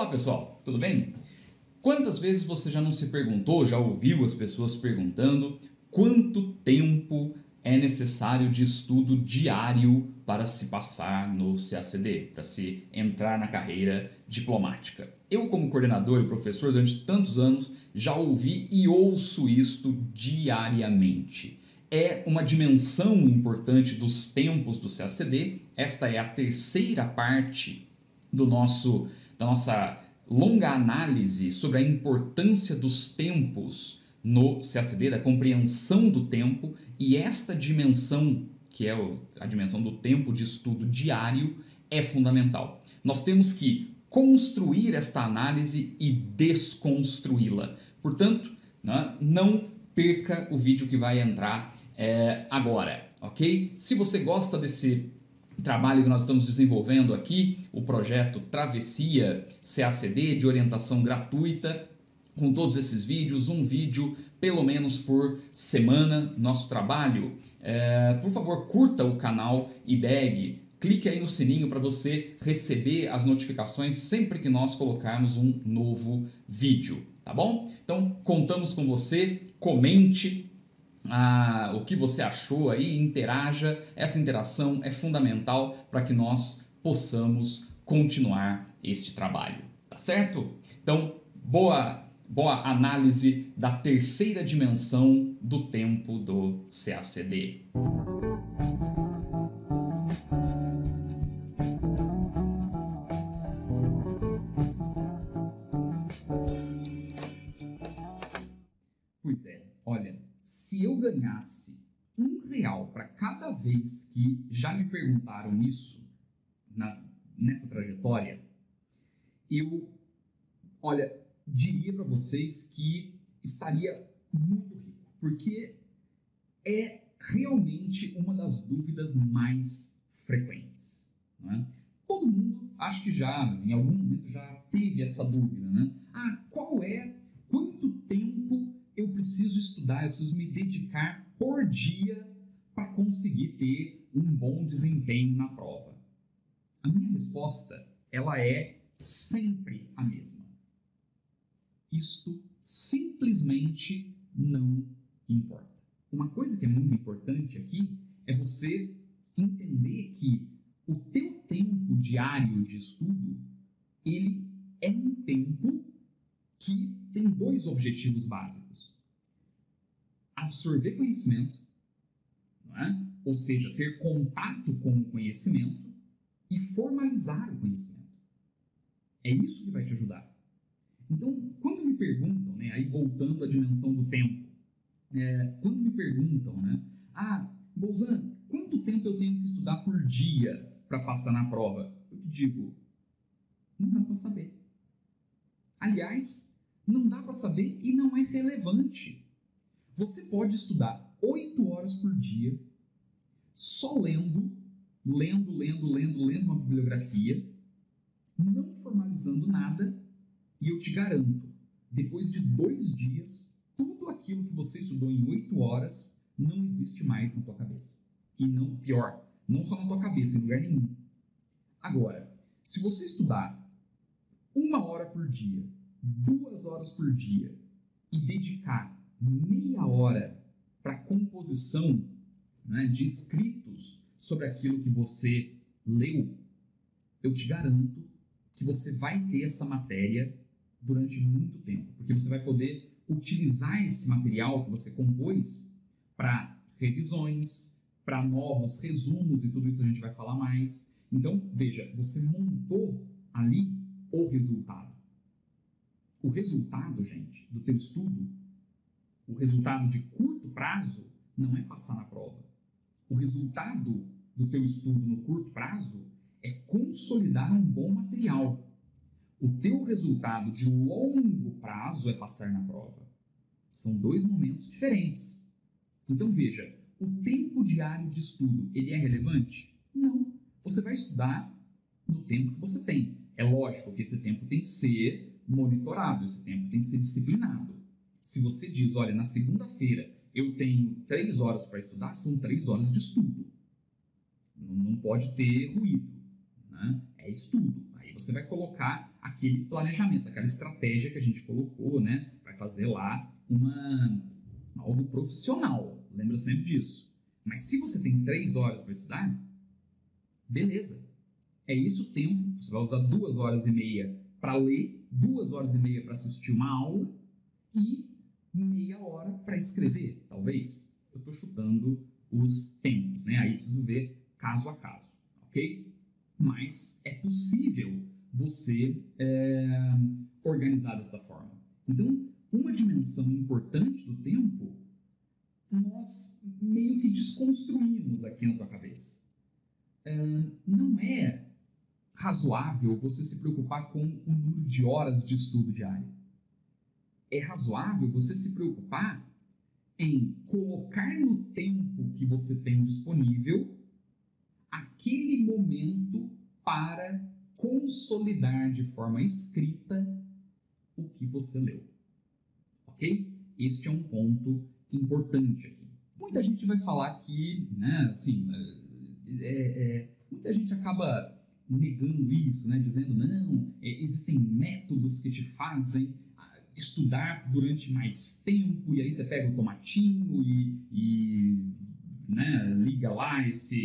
Fala pessoal, tudo bem? Quantas vezes você já não se perguntou, já ouviu as pessoas perguntando quanto tempo é necessário de estudo diário para se passar no CACD, para se entrar na carreira diplomática? Eu, como coordenador e professor durante tantos anos, já ouvi e ouço isto diariamente. É uma dimensão importante dos tempos do CACD. Esta é a terceira parte da nossa longa análise sobre a importância dos tempos no CACD, da compreensão do tempo, e esta dimensão, que é a dimensão do tempo de estudo diário, é fundamental. Nós temos que construir esta análise e desconstruí-la. Portanto, não perca o vídeo que vai entrar agora, ok? Se você gosta desse trabalho que nós estamos desenvolvendo aqui, o projeto Travessia CACD de orientação gratuita, com todos esses vídeos, um vídeo pelo menos por semana, nosso trabalho. Por favor, curta o canal IDEG, clique aí no sininho para você receber as notificações sempre que nós colocarmos um novo vídeo, tá bom? Então, contamos com você, comente o que você achou aí, interaja. Essa interação é fundamental para que nós possamos continuar este trabalho, tá certo? Então, boa análise da terceira dimensão do tempo do CACD. Pois é, olha, se eu ganhasse R$ 1 para cada vez que já me perguntaram isso nessa trajetória, eu, diria para vocês que estaria muito rico, porque é realmente uma das dúvidas mais frequentes, não é? Todo mundo, acho que já, em algum momento, já teve essa dúvida, né? Quanto tempo eu preciso estudar, eu preciso me dedicar por dia para conseguir ter um bom desempenho na prova? A minha resposta, ela é sempre a mesma. Isto simplesmente não importa. Uma coisa que é muito importante aqui é você entender que o teu tempo diário de estudo, ele é um tempo que tem dois objetivos básicos: absorver conhecimento, não é? Ou seja, ter contato com o conhecimento, e formalizar o conhecimento. É isso que vai te ajudar. Então, quando me perguntam, né, aí voltando à dimensão do tempo, quando me perguntam, né, Bolzan, quanto tempo eu tenho que estudar por dia para passar na prova? Eu te digo, não dá para saber. Aliás, não dá para saber e não é relevante. Você pode estudar 8 horas por dia, só lendo uma bibliografia, não formalizando nada, e eu te garanto, depois de 2 dias, tudo aquilo que você estudou em 8 horas não existe mais na tua cabeça. E não, pior, não só na tua cabeça, em lugar nenhum. Agora, se você estudar 1 hora por dia, 2 horas por dia, e dedicar meia hora para composição, né, de escritos sobre aquilo que você leu, eu te garanto que você vai ter essa matéria durante muito tempo, porque você vai poder utilizar esse material que você compôs para revisões, para novos resumos, e tudo isso a gente vai falar mais. Então, veja, você montou ali o resultado. O resultado, gente, do teu estudo, o resultado de curto prazo, não é passar na prova. O resultado do teu estudo no curto prazo é consolidar um bom material. O teu resultado de longo prazo é passar na prova. São 2 momentos diferentes. Então veja, o tempo diário de estudo, ele é relevante? Não. Você vai estudar no tempo que você tem. É lógico que esse tempo tem que ser monitorado, esse tempo tem que ser disciplinado. Se você diz, olha, na segunda-feira eu tenho 3 horas para estudar, são 3 horas de estudo. Não pode ter ruído, né? É estudo. Aí você vai colocar aquele planejamento, aquela estratégia que a gente colocou, né? Vai fazer lá algo profissional, lembra sempre disso. Mas se você tem 3 horas para estudar, beleza. É isso o tempo, você vai usar 2 horas e meia para ler, 2 horas e meia para assistir uma aula e meia hora para escrever, talvez. Eu estou chutando os tempos, né? Aí preciso ver caso a caso, ok? Mas é possível você organizar dessa forma. Então, uma dimensão importante do tempo, nós meio que desconstruímos aqui na tua cabeça. Não é razoável você se preocupar com o número de horas de estudo diário. É razoável você se preocupar em colocar no tempo que você tem disponível aquele momento para consolidar de forma escrita o que você leu. Ok? Este é um ponto importante aqui. Muita gente vai falar que, né, assim, muita gente acaba negando isso, né, dizendo, não, existem métodos que te fazem estudar durante mais tempo, e aí você pega o tomatinho e né, liga lá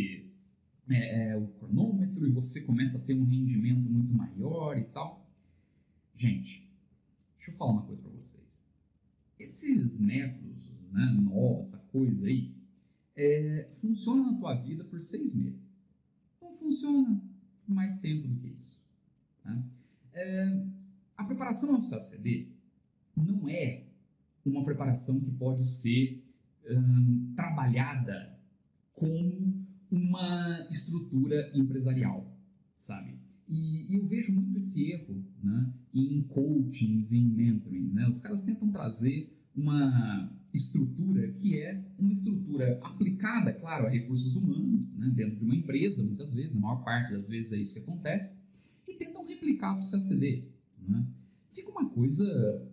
o cronômetro e você começa a ter um rendimento muito maior e tal. Gente, deixa eu falar uma coisa para vocês. Esses métodos, né, novos, essa coisa aí, funciona na tua vida por 6 meses. Não funciona por mais tempo do que isso. Tá? A preparação ao CACD não é uma preparação que pode ser trabalhada como uma estrutura empresarial, sabe? E eu vejo muito esse erro, né, em coachings, em mentoring, né? Os caras tentam trazer uma estrutura que é uma estrutura aplicada, claro, a recursos humanos, né, dentro de uma empresa, muitas vezes, na maior parte das vezes é isso que acontece, e tentam replicar o CACD, né? Fica uma coisa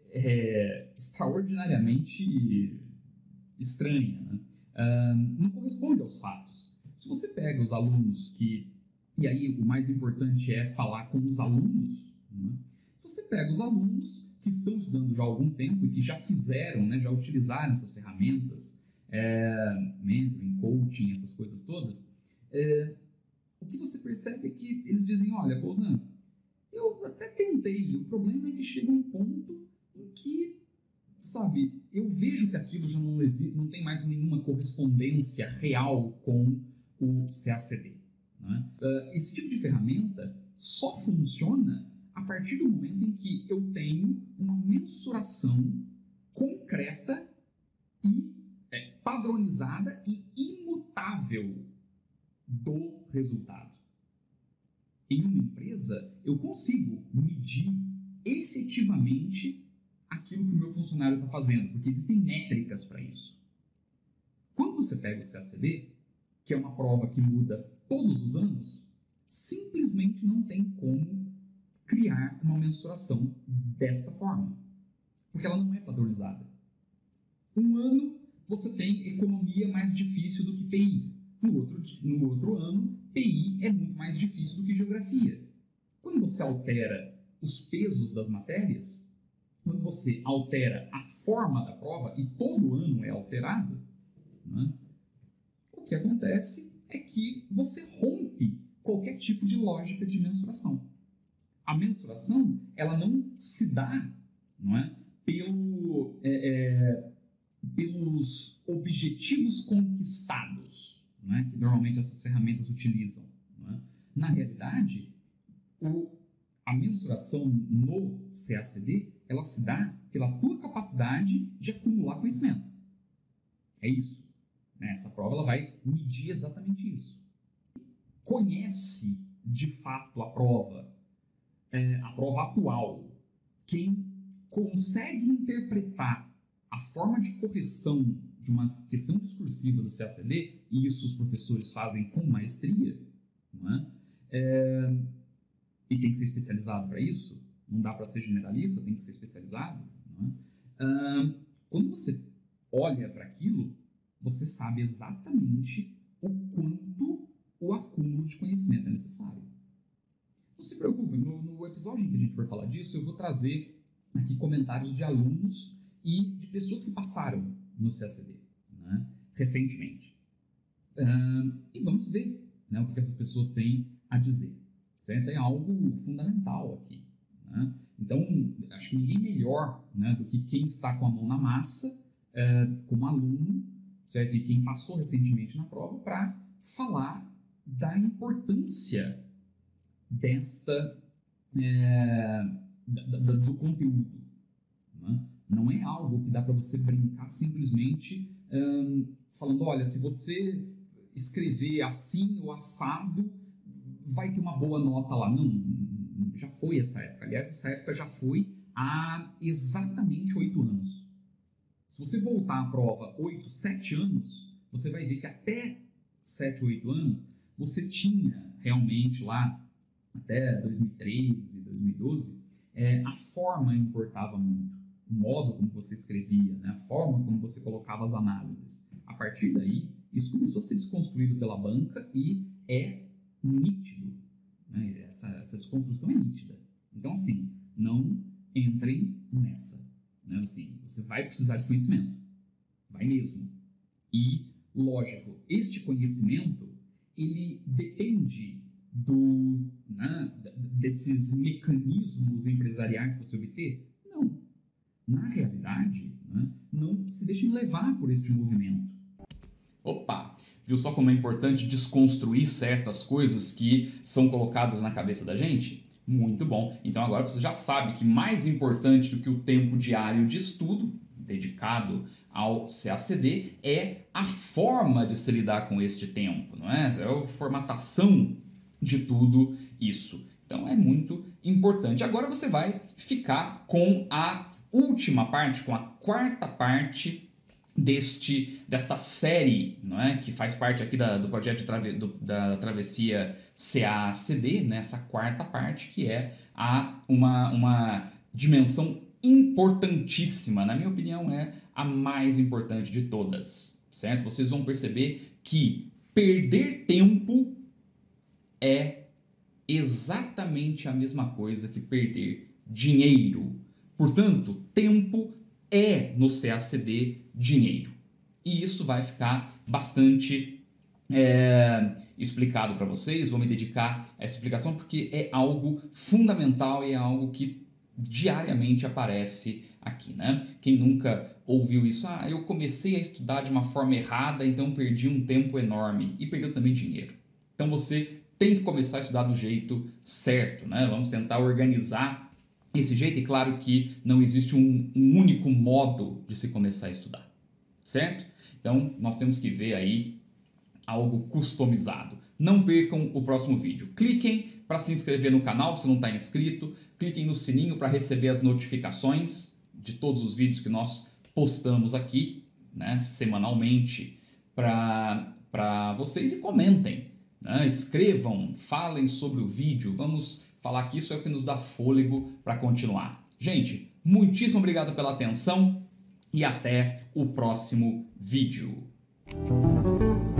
extraordinariamente estranha, né? Não corresponde aos fatos. Se você pega os alunos e aí o mais importante é falar com os alunos, né? Se você pega os alunos que estão estudando já há algum tempo e que já fizeram, né, já utilizaram essas ferramentas, mentoring, coaching, essas coisas todas, o que você percebe é que eles dizem, olha, Bolzano, eu até tentei, o problema é que chega um ponto em que, sabe, eu vejo que aquilo já não existe, não tem mais nenhuma correspondência real com o CACD. Né? Esse tipo de ferramenta só funciona a partir do momento em que eu tenho uma mensuração concreta e padronizada e imutável do resultado. Em uma empresa, eu consigo medir efetivamente aquilo que o meu funcionário está fazendo, porque existem métricas para isso. Quando você pega o CACD, que é uma prova que muda todos os anos, simplesmente não tem como criar uma mensuração desta forma, porque ela não é padronizada. Um ano você tem economia mais difícil do que PI. No outro ano, PI é muito mais difícil do que geografia. Quando você altera os pesos das matérias, quando você altera a forma da prova, e todo ano é alterado, né, o que acontece é que você rompe qualquer tipo de lógica de mensuração. A mensuração, ela não se dá, não é, pelos objetivos conquistados, não é, que normalmente essas ferramentas utilizam. Não é? Na realidade, a mensuração no CACD, ela se dá pela tua capacidade de acumular conhecimento. É isso. Essa prova ela vai medir exatamente isso. Conhece, de fato, a prova atual. Quem consegue interpretar a forma de correção de uma questão discursiva do CACD, e isso os professores fazem com maestria, não é? E tem que ser especializado para isso, não dá para ser generalista, tem que ser especializado. Não é? Quando você olha para aquilo, você sabe exatamente o quanto o acúmulo de conhecimento é necessário. Não se preocupe, no episódio em que a gente for falar disso, eu vou trazer aqui comentários de alunos e de pessoas que passaram no CACD, né, recentemente. E vamos ver, né, o que essas pessoas têm a dizer. Certo? É algo fundamental aqui. Né? Então, acho que ninguém melhor, né, do que quem está com a mão na massa, como aluno, certo? E quem passou recentemente na prova, para falar da importância do conteúdo. Né? Não é algo que dá para você brincar simplesmente falando, olha, se você escrever assim ou assado, vai ter uma boa nota lá. Não, já foi essa época. Aliás, essa época já foi há exatamente 8 anos. Se você voltar à prova 8, 7 anos, você vai ver que até 7, 8 anos, você tinha realmente lá, até 2013, 2012, a forma importava muito. O modo como você escrevia, né? A forma como você colocava as análises. A partir daí, isso começou a ser desconstruído pela banca e é nítido. Né? Essa desconstrução é nítida. Então, assim, não entrem nessa. Né? Assim, você vai precisar de conhecimento. Vai mesmo. E, lógico, este conhecimento, ele depende desses mecanismos empresariais para se obter? Não. Na realidade, né, não se deixem levar por este movimento. Opa! Viu só como é importante desconstruir certas coisas que são colocadas na cabeça da gente? Muito bom! Então agora você já sabe que mais importante do que o tempo diário de estudo dedicado ao CACD é a forma de se lidar com este tempo, não é? É a formatação de tudo isso. Então é muito importante. Agora você vai ficar com a última parte, com a quarta parte desta série, não é? Que faz parte aqui do projeto da travessia CACD, né? Essa quarta parte, que é uma dimensão importantíssima, na minha opinião é a mais importante de todas, certo? Vocês vão perceber que perder tempo é exatamente a mesma coisa que perder dinheiro. Portanto, tempo é no CACD dinheiro. E isso vai ficar bastante explicado para vocês. Vou me dedicar a essa explicação porque é algo fundamental e é algo que diariamente aparece aqui, né? Quem nunca ouviu isso? Eu comecei a estudar de uma forma errada, então perdi um tempo enorme e perdeu também dinheiro. Então você tem que começar a estudar do jeito certo, né? Vamos tentar organizar esse jeito, e claro que não existe um único modo de se começar a estudar, certo? Então nós temos que ver aí algo customizado. Não percam o próximo vídeo. Cliquem para se inscrever no canal se não está inscrito, cliquem no sininho para receber as notificações de todos os vídeos que nós postamos aqui, né, semanalmente para vocês, e comentem, né, escrevam, falem sobre o vídeo, vamos falar que isso é o que nos dá fôlego para continuar. Gente, muitíssimo obrigado pela atenção e até o próximo vídeo.